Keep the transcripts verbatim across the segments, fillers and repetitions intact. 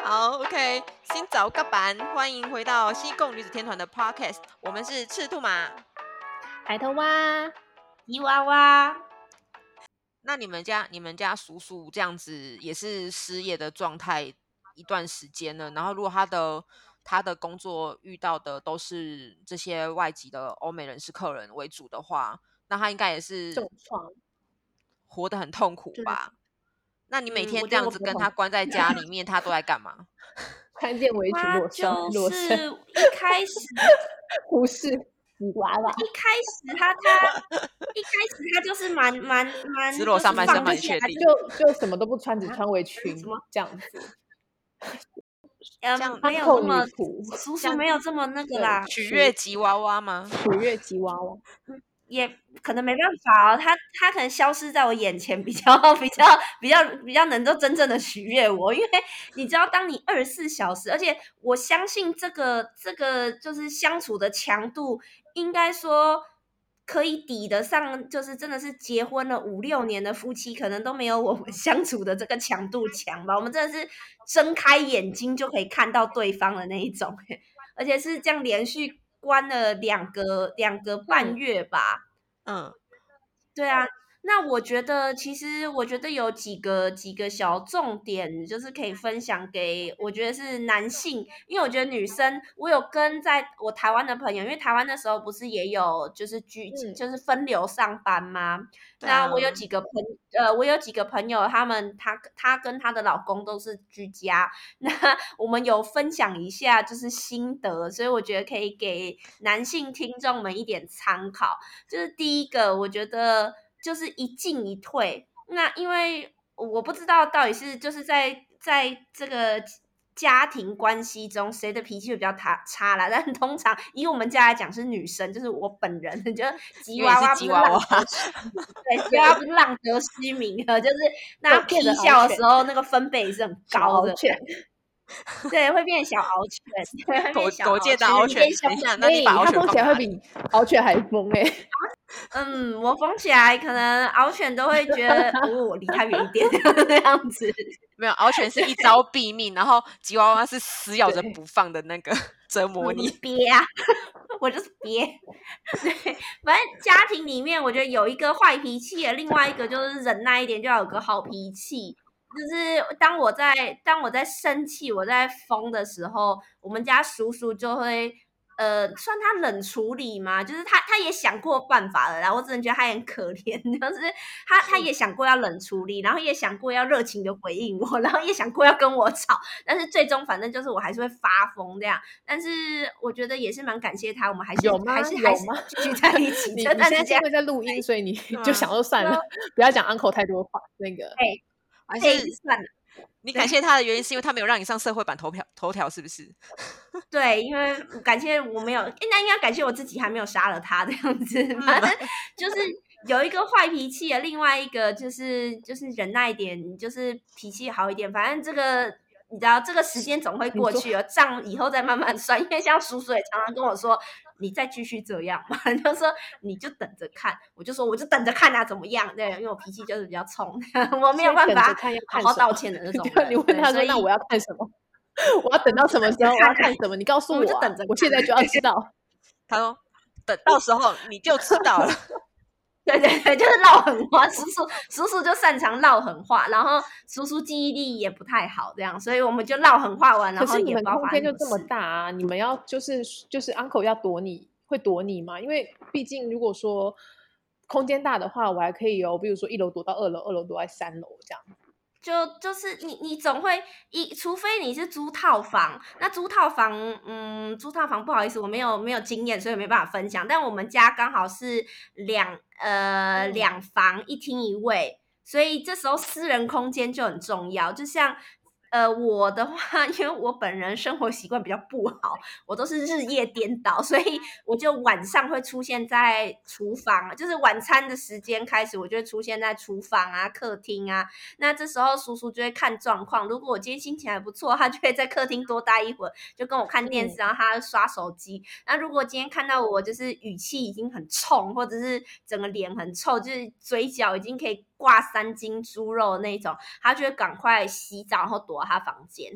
好 OK， 新早各班，欢迎回到西贡女子天团的 Podcast， 我们是赤兔马、 海豚蛙、 吉娃娃。 那你们家你们家叔叔这样子也是失业的状态一段时间了，然后如果他的他的工作遇到的都是这些外籍的欧美人士客人为主的话，那他应该也是重创， 活得很痛苦吧？那你每嗯我天这样子跟他关在家里面，他都在干嘛？ 看见围裙他裸上裸就是身， 一开始忽视吉娃娃， 一开始他他一开始他就是蛮蛮蛮只裸上半身吗？ 就是你确定？ 就就什么都不穿，只穿围裙， 什么这样子， 嗯这样没有那么叔叔没有这么那个啦， 取悦吉娃娃吗？ 取悦吉娃娃。 也可能没办法哦，他他可能消失在我眼前，比较比较比较比较能够真正的取悦我，因为你知道，当你二十四小时，而且我相信这个这个就是相处的强度，应该说可以抵得上，就是真的是结婚了五六年的夫妻，可能都没有我们相处的这个强度强吧。我们真的是睁开眼睛就可以看到对方的那一种，而且是这样连续关了两个两个半月吧。 嗯， 对啊，那我觉得其实我觉得有几个几个小重点，就是可以分享给我觉得是男性，因为我觉得女生，我有跟在我台湾的朋友，因为台湾那时候不是也有就是居、 嗯就是分流上班吗？ 对啊那我有几个朋呃，我有几个朋友，他们她她跟她的老公都是居家，那我们有分享一下就是心得，所以我觉得可以给男性听众们一点参考。就是第一个，我觉得就是一进一退。那因为我不知道到底是就是在在这个家庭关系中谁的脾气会比较差差啦，但通常以我们家来讲是女生，就是我本人，就吉娃娃不是浪得虚名，对，吉娃娃不是浪得虚名的，就是那批笑的时候那个分贝是很高的。对，会变小獒犬， 多多见的獒犬。等一下，那你把獒犬它疯起来会比獒犬还疯哎、欸！ 嗯，我疯起来，可能獒犬都会觉得，哦，我离它远一点这样子。 没有，獒犬是一招毙命，然后吉娃娃是死咬着不放的那个折磨你。 憋啊，我就是憋。对，反正家庭里面，我觉得有一个坏脾气，另外一个就是忍耐一点，就要有个好脾气。就是当我在当我在生气、我在疯的时候，我们家叔叔就会呃，算他冷处理嘛，就是他他也想过办法了啦，我只能觉得他很可怜，就是他他也想过要冷处理，然后也想过要热情的回应我，然后也想过要跟我吵，但是最终反正就是我还是会发疯这样。但是我觉我也是蛮感谢他，我们还是有吗？ 还是还是聚在一起。 你你现在是因为在录音，所以你就想说算了，不要讲 uncle 太多话。那个， 哎， 还是算了。 你感谢他的原因是因为他没有让你上社会版头条，头条是不是？ 对，因为感谢我没有，那应该感谢我自己还没有杀了他这样子。反正就是有一个坏脾气的，另外一个就是就是忍耐一点，就是脾气好一点。反正这个你知道，这个时间总会过去了，账以后再慢慢算。因为像叔叔也常常跟我说，你再继续这样嘛，就说你就等着看。我就说我就等着看啊，怎么样？对，因为我脾气就是比较冲，我没有办法好好道歉的那种人。 你问他说，那我要看什么？我要等到什么时候？我要看什么？你告诉我、啊， 我就等着， 我现在就要知道。 他说，等到时候你就知道了。 对对对，就是唠狠话，叔叔叔叔就擅长唠狠话，然后叔叔记忆力也不太好，这样，所以我们就唠狠话完，然后也不知道空间就这么大啊，你们要就是就是 uncle 要躲你，会躲你吗？因为毕竟如果说空间大的话，我还可以有，比如说一楼躲到二楼，二楼躲在三楼这样。 就就是你你总会一，除非你是租套房，那租套房，嗯，租套房不好意思，我没有没有经验，所以没办法分享。但我们家刚好是两呃两房一厅一卫，所以这时候私人空间就很重要。就像呃我的话，因为我本人生活习惯比较不好，我都是日夜颠倒，所以我就晚上会出现在厨房，就是晚餐的时间开始，我就会出现在厨房啊、客厅啊。那这时候叔叔就会看状况，如果我今天心情还不错，他就会在客厅多待一会儿，就跟我看电视，然后他刷手机。那如果今天看到我就是语气已经很冲，或者是整个脸很臭，就是嘴角已经可以挂三斤猪肉的那种，他就会赶快洗澡，然后躲到他房间。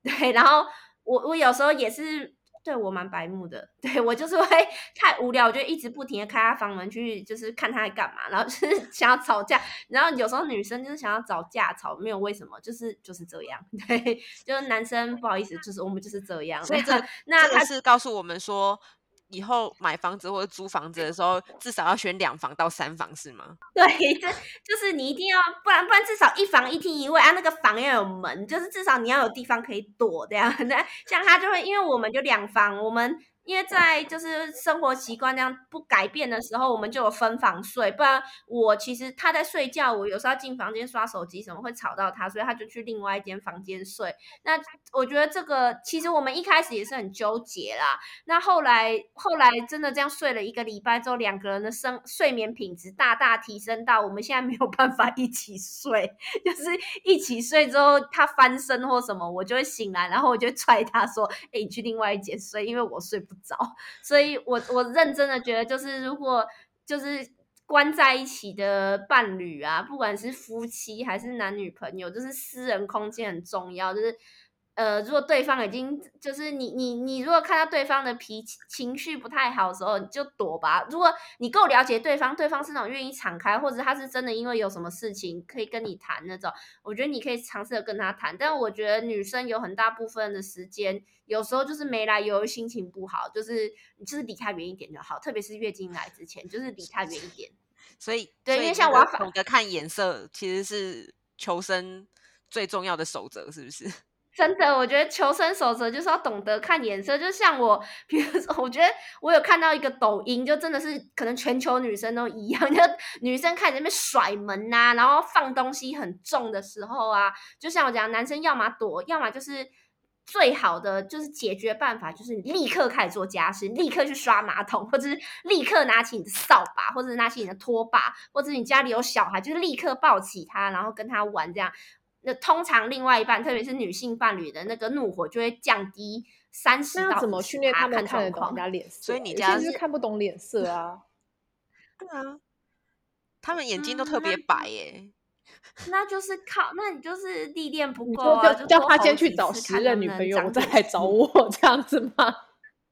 对，然后我我有时候也是。对我蛮白目的，对我就是会太无聊，我就一直不停的开他房门去，就是看他在干嘛，然后就是想要吵架，然后有时候女生就是想要找架吵，没有为什么，就是就是这样，对，就是男生不好意思，就是我们就是这样， 所以这那他这个是告诉我们说，以后买房子或者租房子的时候，至少要选两房到三房，是吗？ 对，这就是你一定要，不然不然至少一房一厅一卫啊，那个房要有门，就是至少你要有地方可以躲这样。那像他就会，因为我们就两房，我们因为在就是生活习惯这样不改变的时候，我们就有分房睡，不然我其实他在睡觉，我有时候要进房间刷手机什么会吵到他，所以他就去另外一间房间睡。那我觉得这个其实我们一开始也是很纠结啦，那后来后来真的这样睡了一个礼拜之后，两个人的生睡眠品质大大提升到我们现在没有办法一起睡，就是一起睡之后他翻身或什么，我就会醒来，然后我就会踹他说：“哎、欸，你去另外一间睡，因为我睡不着。”所以我我认真的觉得，就是如果就是关在一起的伴侣啊，不管是夫妻还是男女朋友，就是私人空间很重要，就是。呃，如果对方已经就是你你你，如果看到对方的脾气情绪不太好的时候，你就躲吧。如果你够了解对方，对方是那种愿意敞开，或者他是真的因为有什么事情可以跟你谈那种，我觉得你可以尝试的跟他谈。但我觉得女生有很大部分的时间，有时候就是没来由心情不好，就是你就是离他远一点就好，特别是月经来之前，就是离他远一点。 所以对， 所以因为像我要懂得看眼色，其实是求生最重要的守则，是不是？ 真的，我觉得求生守则就是要懂得看颜色。就像我，比如说，我觉得我有看到一个抖音，就真的是可能全球女生都一样，就女生开始在那边甩门呐、啊，然后放东西很重的时候啊，就像我讲，男生要么躲，要么就是最好的就是解决办法，就是你立刻开始做家事，立刻去刷马桶，或者是立刻拿起你的扫把，或者是拿起你的拖把，或者你家里有小孩，就是立刻抱起他，然后跟他玩这样。那通常另外一半，特别是女性伴侣的那个怒火就会降低三十到那要怎么训练他们看得懂人家脸色、啊？ 所以你家是看不懂脸色啊？ 对啊，他们眼睛都特别白耶、欸。 那就是靠，那你就是历练不够啊， 就叫他先去找十任女朋友，我再来找我这样子吗？那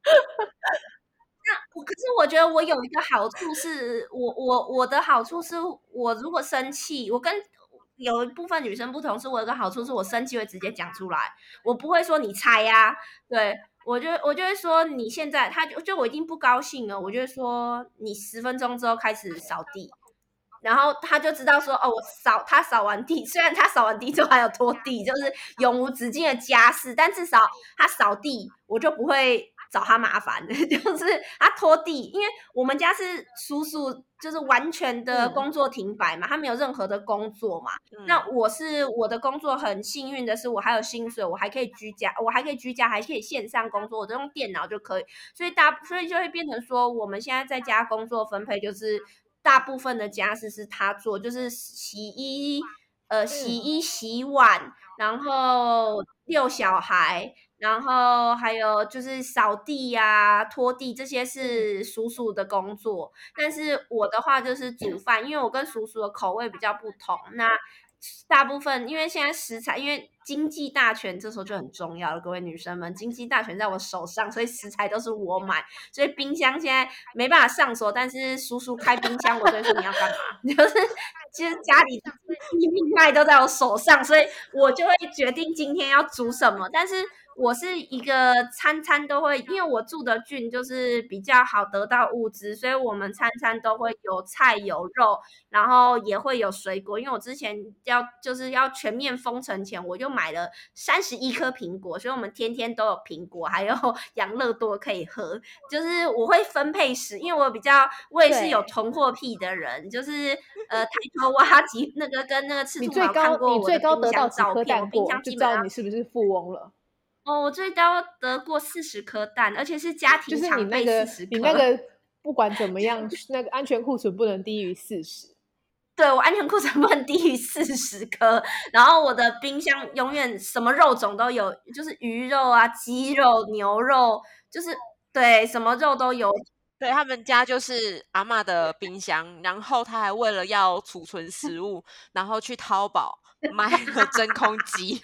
我可是我觉得我有一个好处是，我我我的好处是我如果生气，我跟有一部分女生不同，是我有个好处是我生气会直接讲出来，我不会说你猜呀、啊，对我就我就会说你现在，他就就我已经不高兴了，我就会说你十分钟之后开始扫地。然后他就知道说，哦，我扫他扫完地，虽然他扫完地之后还有拖地，就是永无止境的家事，但至少他扫地，我就不会找他麻烦的。就是他拖地，因为我们家是叔叔，就是完全的工作停摆嘛，嗯、他没有任何的工作嘛。嗯、那我是我的工作很幸运的是，我还有薪水，我还可以居家，我还可以居家，还可以线上工作，我都用电脑就可以。所以大，所以就会变成说，我们现在在家工作分配就是。大部分的家事是他做，就是洗衣、呃洗衣、洗碗，然后遛小孩，然后还有就是扫地呀、啊、拖地，这些是叔叔的工作。但是我的话就是煮饭，因为我跟叔叔的口味比较不同。那大部分因为现在食材，因为经济大权这时候就很重要了，各位女生们，经济大权在我手上，所以食材都是我买，所以冰箱现在没办法上锁，但是叔叔开冰箱，我就会说你要干嘛？就是其实家里命脉都在我手上，所以我就会决定今天要煮什么，但是。我是一个餐餐都会，因为我住的郡就是比较好得到物资，所以我们餐餐都会有菜有肉，然后也会有水果。因为我之前要就是要全面封城前，我就买了三十一颗苹果，所以我们天天都有苹果，还有养乐多可以喝。就是我会分配食，因为我比较我也是有囤货癖的人，就是呃抬头蛙吉那个跟那个赤兔毛看过我的冰箱照片，我冰箱基本上就知道你是不是富翁了。 哦，我最高得过四十颗蛋，而且是家庭常备四十颗。 你那个不管怎么样，那个安全库存不能低于四十。 对，我安全库存不能低于四十颗，然后我的冰箱永远什么肉种都有，就是鱼肉啊、鸡肉、牛肉，就是对什么肉都有。 对，他们家就是阿嬷的冰箱，然后他还为了要储存食物，然后去淘宝买了真空机。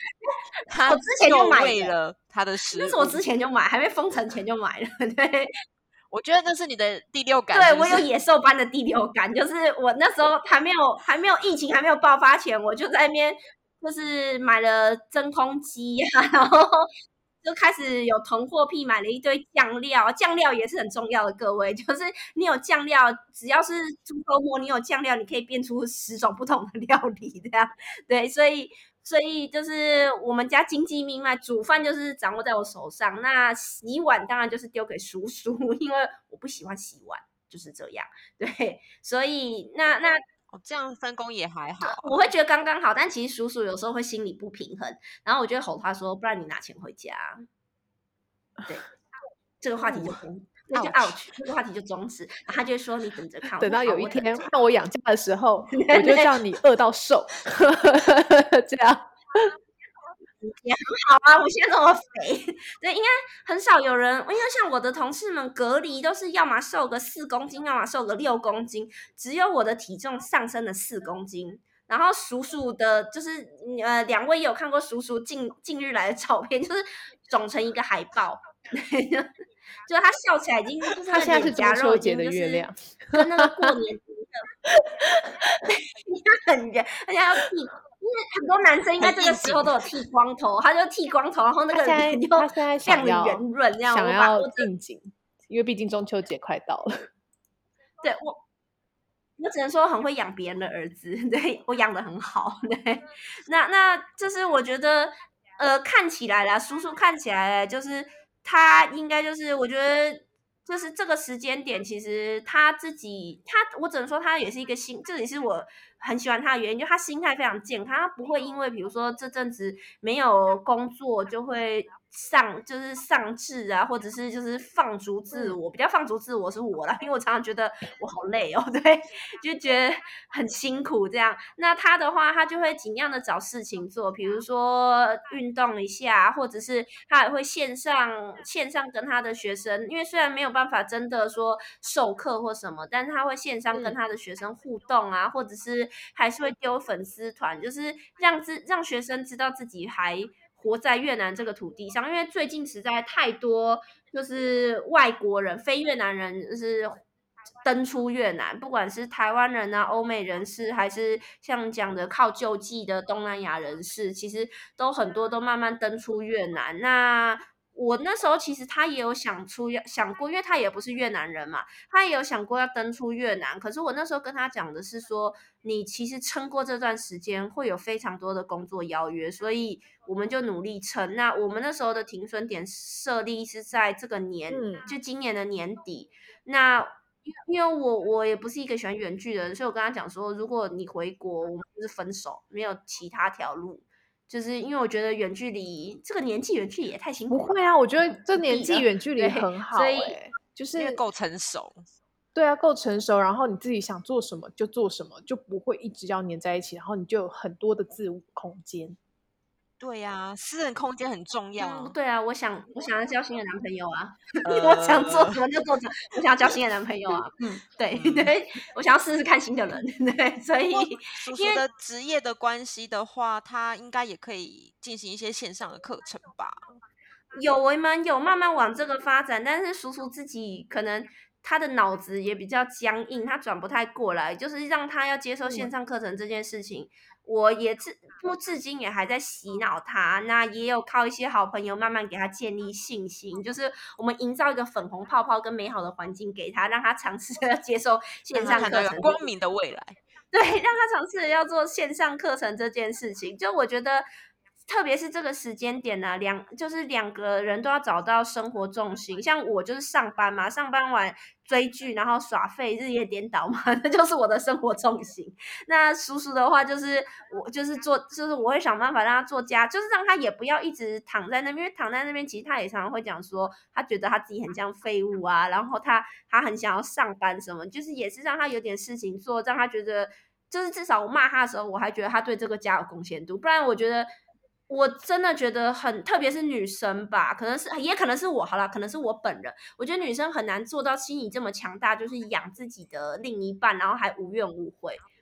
他我之前就就买的， 为了他的食物， 那是我之前就买，还没封城前就买了。对， 我觉得那是你的第六感， 对是不是我有野兽般的第六感，就是我那时候还没有还没有疫情还没有爆发前，我就在那边就是买了真空机啊，然后就开始有囤货癖，买了一堆酱料，酱料也是很重要的，各位，就是你有酱料，只要是猪头膜，你有酱料，你可以变出十种不同的料理，这样对，所以。所以就是我们家经济命脉，煮饭就是掌握在我手上。那洗碗当然就是丢给叔叔，因为我不喜欢洗碗，就是这样。对，所以那那哦，这样分工也还好。 我会觉得刚刚好，但其实叔叔有时候会心里不平衡，然后我就会吼他说：“不然你拿钱回家。”对，这个话题就终，那就 ouch， 这个话题就终止。然后他就会说：“你等着看。” 等到有一天我让我养家的时候，我就叫你饿到瘦，这样。 也很好啊，我现在这么肥，对，应该很少有人，因为像我的同事们隔离都是要么瘦个四公斤，要么瘦个六公斤，只有我的体重上升了四公斤。然后叔叔的，就是呃，两位也有看过叔叔近近日来的照片，就是肿成一个海豹，就他笑起来已经就是他现在是中秋节的月亮， 跟那个过年的，他很圆，而且要剃。因为很多男生应该这个时候都有剃光头，他就剃光头，然后那个脸就他现在亮的圆润，这样想要应景，因为毕竟中秋节快到了。 对我，我只能说很会养别人的儿子，对我养的很好。对，那那就是我觉得，呃，看起来啦，叔叔看起来就是他应该就是我觉得。就是这个时间点，其实他自己，他我只能说他也是一个心，这也是我很喜欢他的原因，就他心态非常健康，他不会因为比如说这阵子没有工作就会上就是上志啊，或者是就是放逐自我，比较放逐自我是我啦，因为我常常觉得我好累哦，对，就觉得很辛苦这样。那他的话，他就会尽量的找事情做，比如说运动一下，或者是他也会线上线上跟他的学生，因为虽然没有办法真的说授课或什么，但是他会线上跟他的学生互动啊，嗯、或者是还是会丢粉丝团，就是让自让学生知道自己还活在越南这个土地上，因为最近实在太多就是外国人、非越南人就是登出越南，不管是台湾人啊、欧美人士，还是像讲的靠救济的东南亚人士，其实都很多都慢慢登出越南。那我那时候其实他也有想出想过，因为他也不是越南人嘛，他也有想过要登出越南。可是我那时候跟他讲的是说，你其实撑过这段时间会有非常多的工作邀约，所以我们就努力撑。那我们那时候的停损点设立是在这个年，嗯、就今年的年底。那因为我我也不是一个喜欢远距的人，所以我跟他讲说，如果你回国，我们就是分手，没有其他条路。就是因为我觉得远距离这个年纪远距离也太辛苦了。 不会啊，我觉得这年纪远距离很好、欸，所以就是因为够成熟。 对啊，够成熟，然后你自己想做什么就做什么，就不会一直要黏在一起，然后你就有很多的自我空间。 对呀、啊，私人空间很重要、 嗯。对啊，我想我想要交新的男朋友啊，呃、我想做什么就做什么，我想要交新的男朋友啊。嗯，对、嗯、对，我想要试试看新的人，对，所以叔叔的职业的关系的话，他应该也可以进行一些线上的课程吧？ 有，我们有慢慢往这个发展，但是叔叔自己可能他的脑子也比较僵硬，他转不太过来，就是让他要接受线上课程这件事情。嗯，我也至不至今也还在洗脑他，那也有靠一些好朋友慢慢给他建立信心，就是我们营造一个粉红泡泡跟美好的环境给他，让他尝试要接受线上课程， 光明的未来。 对，让他尝试要做线上课程这件事情，就我觉得。特别是这个时间点呢、啊，两就是两个人都要找到生活重心。像我就是上班嘛，上班完追剧，然后耍废，日夜颠倒嘛，那就是我的生活重心。那叔叔的话就是我就是做，就是我会想办法让他做家，就是让他也不要一直躺在那边，因为躺在那边其实他也常常会讲说，他觉得他自己很像废物啊，然后他他很想要上班什么，就是也是让他有点事情做，让他觉得就是至少我骂他的时候，我还觉得他对这个家有贡献度，不然我觉得。我真的觉得很，特别是女生吧，可能是也可能是我好啦，可能是我本人，我觉得女生很难做到心理这么强大，就是养自己的另一半，然后还无怨无悔。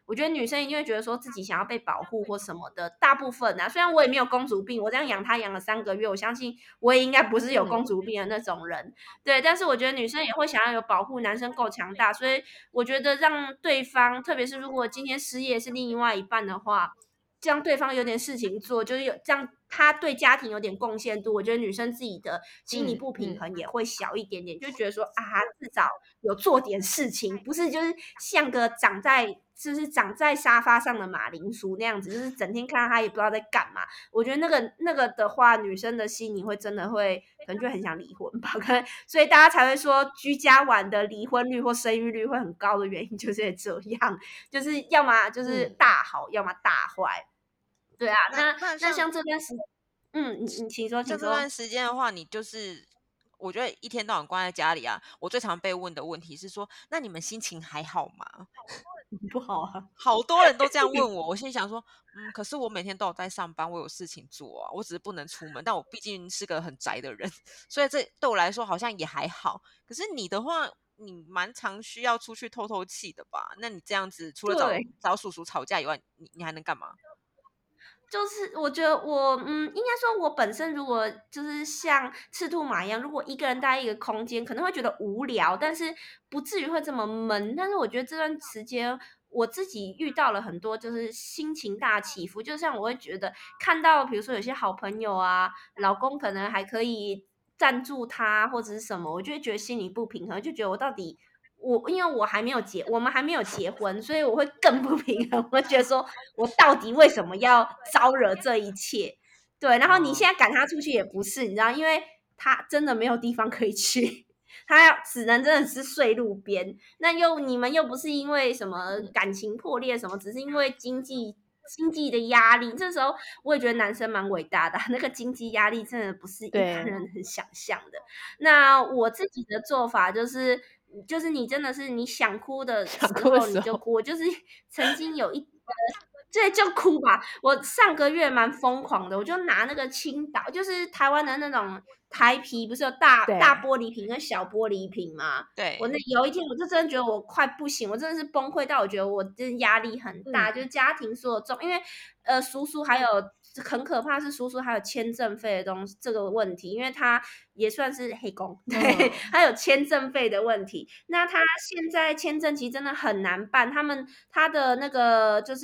我觉得女生一定会觉得说自己想要被保护或什么的，大部分啊，虽然我也没有公主病，我这样养她养了三个月，我相信我也应该不是有公主病的那种人，对，但是我觉得女生也会想要有保护，男生够强大，所以我觉得让对方，特别是如果今天失业是另外一半的话，这样对方有点事情做，就是有这样他对家庭有点贡献度，我觉得女生自己的心理不平衡也会小一点点，嗯嗯、就觉得说啊，至少有做点事情，不是就是像个长在就是长在沙发上的马铃薯那样子，就是整天看到他也不知道在干嘛。我觉得那个那个的话，女生的心里会真的会可能就很想离婚吧，可能所以大家才会说居家晚的离婚率或生育率会很高的原因就是这样，就是要么就是大好，嗯、要么大坏。对啊，那那那像这段时，嗯，你你请说，请说。 像这段时间的话，你就是我觉得一天到晚关在家里啊，我最常被问的问题是说，那你们心情还好吗？ 不好啊， 好多人都这样问我，我心想说，嗯，可是我每天都有在上班，我有事情做啊，我只是不能出门，但我毕竟是个很宅的人，所以这对我来说好像也还好。可是你的话，你蛮常需要出去透透气的吧？那你这样子，除了找找叔叔吵架以外，你你还能干嘛？ 就是我觉得我嗯，应该说我本身如果就是像赤兔马一样，如果一个人待一个空间，可能会觉得无聊，但是不至于会这么闷。但是我觉得这段时间我自己遇到了很多就是心情大起伏，就像我会觉得看到比如说有些好朋友啊，老公可能还可以赞助他或者是什么，我就会觉得心里不平衡，就觉得我到底。我因为我还没有结，我们还没有结婚，所以我会更不平衡。我觉得说，我到底为什么要招惹这一切？对，然后你现在赶他出去也不是，你知道，因为他真的没有地方可以去，他要只能真的是睡路边。那又你们又不是因为什么感情破裂什么，只是因为经济经济的压力。这时候我也觉得男生蛮伟大的，那个经济压力真的不是一般人能想象的。那我自己的做法就是。就是你真的是你想哭的时候你就哭，我就是曾经有一对就哭吧。我上个月蛮疯狂的，我就拿那个青岛，就是台湾的那种台啤，不是有大大玻璃瓶跟小玻璃瓶吗？ 对， 我那有一天我就真的觉得我快不行，我真的是崩溃到我觉得我真压力很大，嗯、就是家庭所有重，因为呃叔叔还有。很可怕是叔叔还有签证费的东西这个问题，因为他也算是黑工，对，嗯、他有签证费的问题。那他现在签证其实真的很难办，他们他的那个就是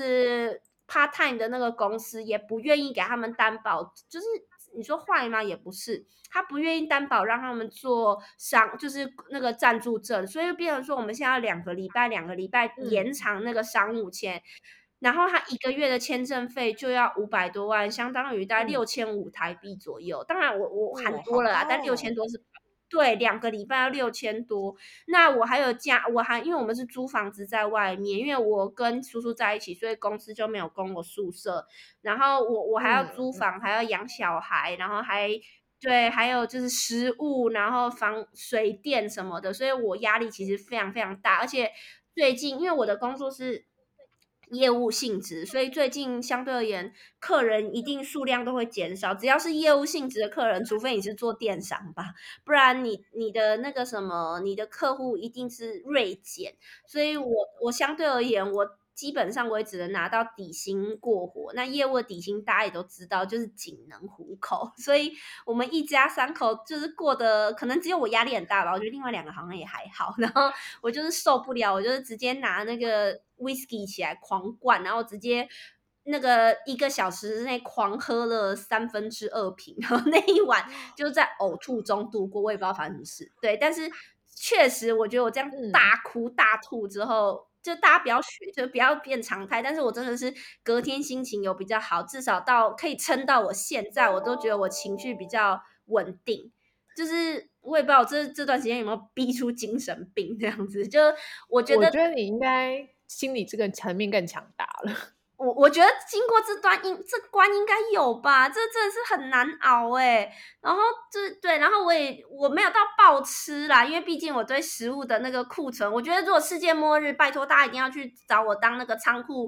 part time 的那个公司也不愿意给他们担保，就是你说坏吗？也不是，他不愿意担保让他们做商，就是那个赞助证，所以变成说我们现在要两个礼拜两个礼拜延长那个商务签。嗯然后他一个月的签证费就要五百多万，相当于大概六千五台币左右。嗯、当然我我喊多了啦，哦、但六千多是对两个礼拜要六千多。那我还有加，我还因为我们是租房子在外面，因为我跟叔叔在一起，所以公司就没有供我宿舍。然后我我还要租房，嗯、还要养小孩，然后还对，还有就是食物，然后房水电什么的，所以我压力其实非常非常大。而且最近因为我的工作是。业务性质，所以最近相对而言，客人一定数量都会减少。只要是业务性质的客人，除非你是做电商吧，不然你你的那个什么，你的客户一定是锐减。所以我我相对而言，我基本上我也只能拿到底薪过活。那业务的底薪大家也都知道，就是仅能糊口。所以我们一家三口就是过得，可能只有我压力很大吧。我觉得另外两个好像也还好。然后我就是受不了，我就是直接拿那个。whisky 起来狂灌，然后直接那个一个小时之内狂喝了三分之二瓶，然后那一晚就在呕吐中度过，我也不知道发生什么事。对，但是确实我觉得我这样大哭大吐之后，就大家不要学，就不要变常态。但是我真的是隔天心情有比较好，至少到可以撑到我现在，我都觉得我情绪比较稳定。就是我也不知道这这段时间有没有逼出精神病这样子，就我觉得， 我觉得你应该心理这个层面更强大了。 我我觉得经过这段应这关应该有吧，这真的是很难熬哎、欸。然后这对，然后我也我没有到暴吃啦，因为毕竟我对食物的那个库存，我觉得如果世界末日，拜托大家一定要去找我当那个仓库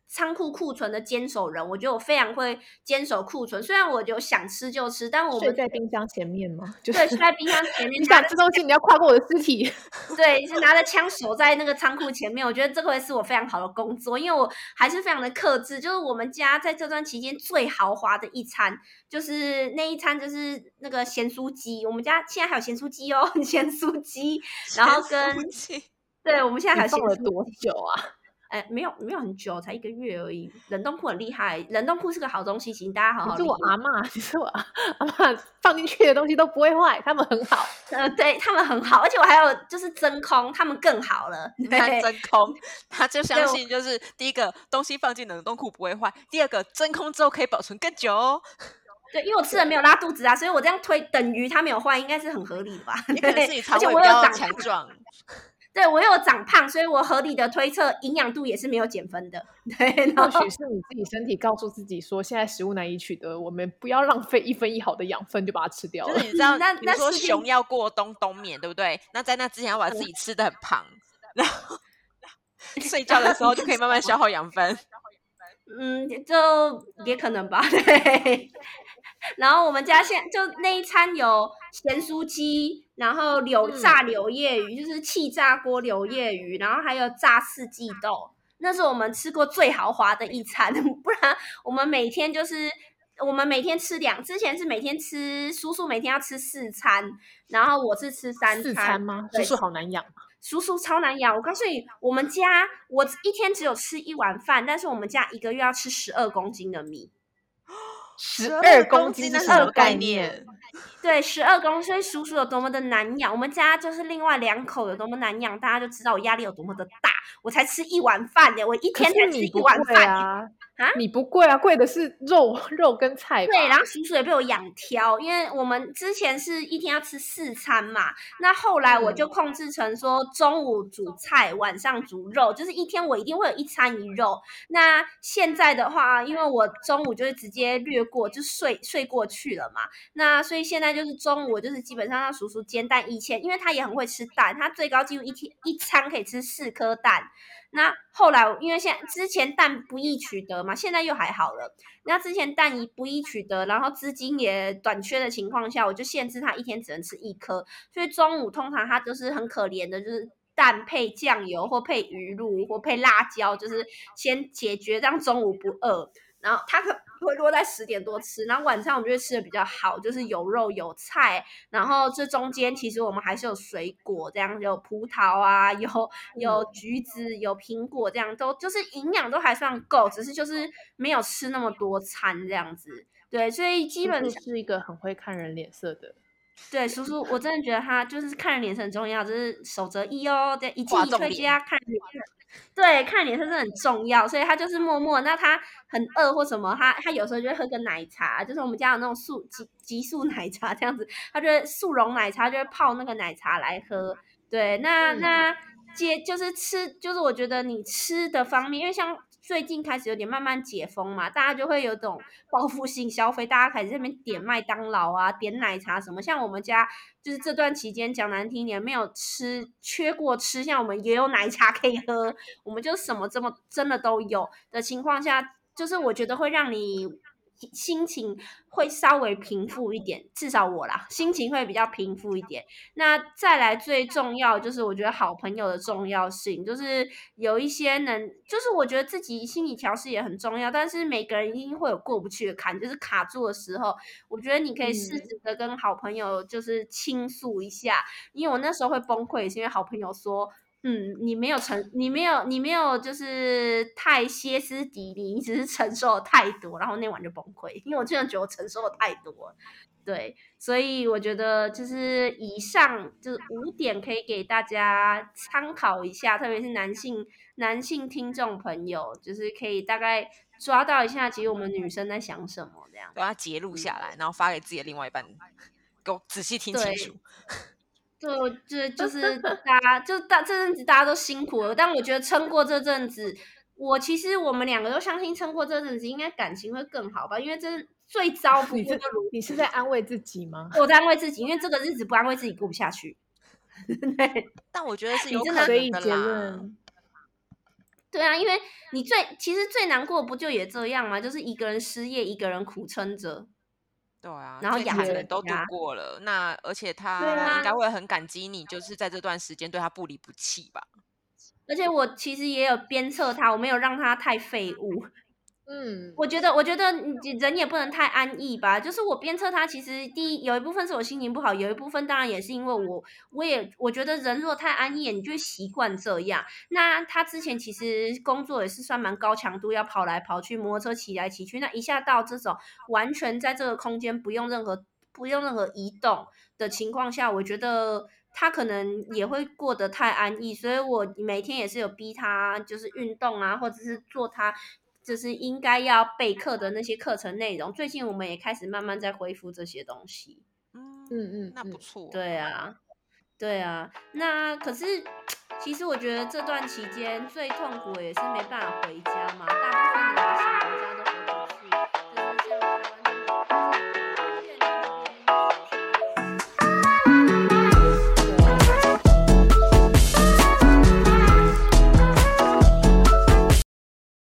仓库库存的坚守人，我觉得我非常会坚守库存。虽然我有想吃就吃，但我睡们在冰箱前面吗？就是对睡在冰箱前面， 你想吃东西，你要跨过我的尸体。 对，是拿着枪守在那个仓库前面。我觉得这个会是我非常好的工作，因为我还是非常的克制。就是我们家在这段期间最豪华的一餐，就是那一餐就是那个咸酥鸡。我们家现在还有咸酥鸡哦，咸酥鸡，然后跟对，我们现在还有咸酥鸡。 放了多久啊？ 哎，没有没有很久，才一个月而已。冷冻库很厉害，冷冻库是个好东西，请大家好好利用。 你是我阿嬷，你是我阿嬷放进去的东西都不会坏，他们很好。 呃，对他们很好，而且我还有就是真空，他们更好了。 他真空，他就相信就是第一个东西放进冷冻库不会坏，第二个真空之后可以保存更久哦。 对，因为我吃了没有拉肚子啊，所以我这样推等于它没有坏，应该是很合理的吧？ 你可能是你肠胃比较强壮。 对，我有长胖，所以我合理的推测营养度也是没有减分的。对， 或许是你自己身体告诉自己说，现在食物难以取得，我们不要浪费一分一毫的养分，就把它吃掉了。 就是你知道，比如说熊要过冬冬眠，对不对？那在那之前要把自己吃的很胖，然后睡觉的时候就可以慢慢消耗养分。 嗯，就也可能吧。对。然后我们家现就那一餐有咸酥鸡，然后柳炸柳叶鱼，嗯、就是气炸锅柳叶鱼，然后还有炸四季豆，那是我们吃过最豪华的一餐。不然我们每天就是我们每天吃两，之前是每天吃，叔叔每天要吃四餐，然后我是吃三餐。 四餐吗？叔叔好难养。 叔叔超难养，我告诉你，我们家我一天只有吃一碗饭，但是我们家一个月要吃十二公斤的米。 十二公斤是什么概念？ 对，十二公斤，所以叔叔有多么的难养，我们家就是另外两口有多么难养，大家就知道我压力有多么的大。我才吃一碗饭的，我一天才吃一碗饭啊！啊，你不贵啊，贵的是肉肉跟菜吧。 对，然后叔叔也被我养挑，因为我们之前是一天要吃四餐嘛，那后来我就控制成说中午煮菜，晚上煮肉，就是一天我一定会有一餐一肉。那现在的话，因为我中午就是直接略过，就睡睡过去了嘛，那所以现在就是中午就是基本上让叔叔煎蛋。以前因为他也很会吃蛋，他最高纪录一天一餐可以吃四颗蛋。那后来因为现在之前蛋不易取得嘛，现在又还好了。那之前蛋不易取得，然后资金也短缺的情况下，我就限制他一天只能吃一颗，所以中午通常他就是很可怜的，就是蛋配酱油或配鱼露或配辣椒，就是先解决，让中午不饿。然后他可会落在十点多吃，然后晚上我们就会吃的比较好，就是有肉有菜，然后这中间其实我们还是有水果，这样有葡萄啊，有有橘子，有苹果，这样都就是营养都还算够，只是就是没有吃那么多餐这样子。对，所以基本上是一个很会看人脸色的。 对，叔叔，我真的觉得他就是看人脸色很重要，就是守则一哦，对，一进一退加看脸色，对，看脸色真的很重要，所以他就是默默，那他很饿或什么，他他有时候就会喝个奶茶，就是我们家有那种速极极速奶茶这样子，他就会速溶奶茶，就会泡那个奶茶来喝，对，那、嗯、那接就是吃，就是我觉得你吃的方面，因为像最近开始有点慢慢解封嘛，大家就会有种报复性消费，大家开始这边点麦当劳啊，点奶茶什么。像我们家就是这段期间讲难听一点，没有吃缺过吃，像我们也有奶茶可以喝，我们就什么这么真的都有的情况下，就是我觉得会让你心情会稍微平复一点，至少我啦，心情会比较平复一点。那再来最重要就是我觉得好朋友的重要性，就是有一些能，就是我觉得自己心理调试也很重要，但是每个人一定会有过不去的坎，就是卡住的时候，我觉得你可以试着的跟好朋友就是倾诉一下，嗯、因为我那时候会崩溃，是因为好朋友说。嗯，你没有承，你没有，你没有，就是太歇斯底里，你只是承受了太多，然后那晚就崩溃，因为我真的觉得我承受了太多，对，所以我觉得就是以上就是五点可以给大家参考一下，特别是男性男性听众朋友，就是可以大概抓到一下，其实我们女生在想什么这样， 把它截录下来，然后发给自己的另外一半，给我仔细听清楚。 就就就是大家就大这阵子大家都辛苦了，但我觉得撑过这阵子，我其实我们两个都相信撑过这阵子，应该感情会更好吧？因为这最糟不过就如你是在安慰自己吗？ 我在安慰自己，因为这个日子不安慰自己过不下去。 但我觉得是有可能的啦。 结论对啊，因为你最其实最难过不就也这样吗？就是一个人失业，一个人苦撑着， 对啊， 然后最惨的养着都度家。 过了，那而且对啊， 他应该会很感激你，就是在这段时间对他不离不弃吧。 而且我其实也有鞭策他，我没有让他太废物。 嗯， 我觉得，我觉得你人也不能太安逸吧。就是我鞭策他，其实第一有一部分是我心情不好，有一部分当然也是因为我，我也我觉得人如果太安逸了，你就会习惯这样。那他之前其实工作也是算蛮高强度，要跑来跑去，摩托车骑来骑去。那一下到这种完全在这个空间不用任何不用任何移动的情况下，我觉得他可能也会过得太安逸，所以我每天也是有逼他，就是运动啊，或者是做他就是应该要备课的那些课程内容。最近我们也开始慢慢在恢复这些东西。 嗯， 嗯嗯那不嗯， 错。 对啊，对啊。那可是，其实我觉得这段期间最痛苦的也是没办法回家嘛，大部分的人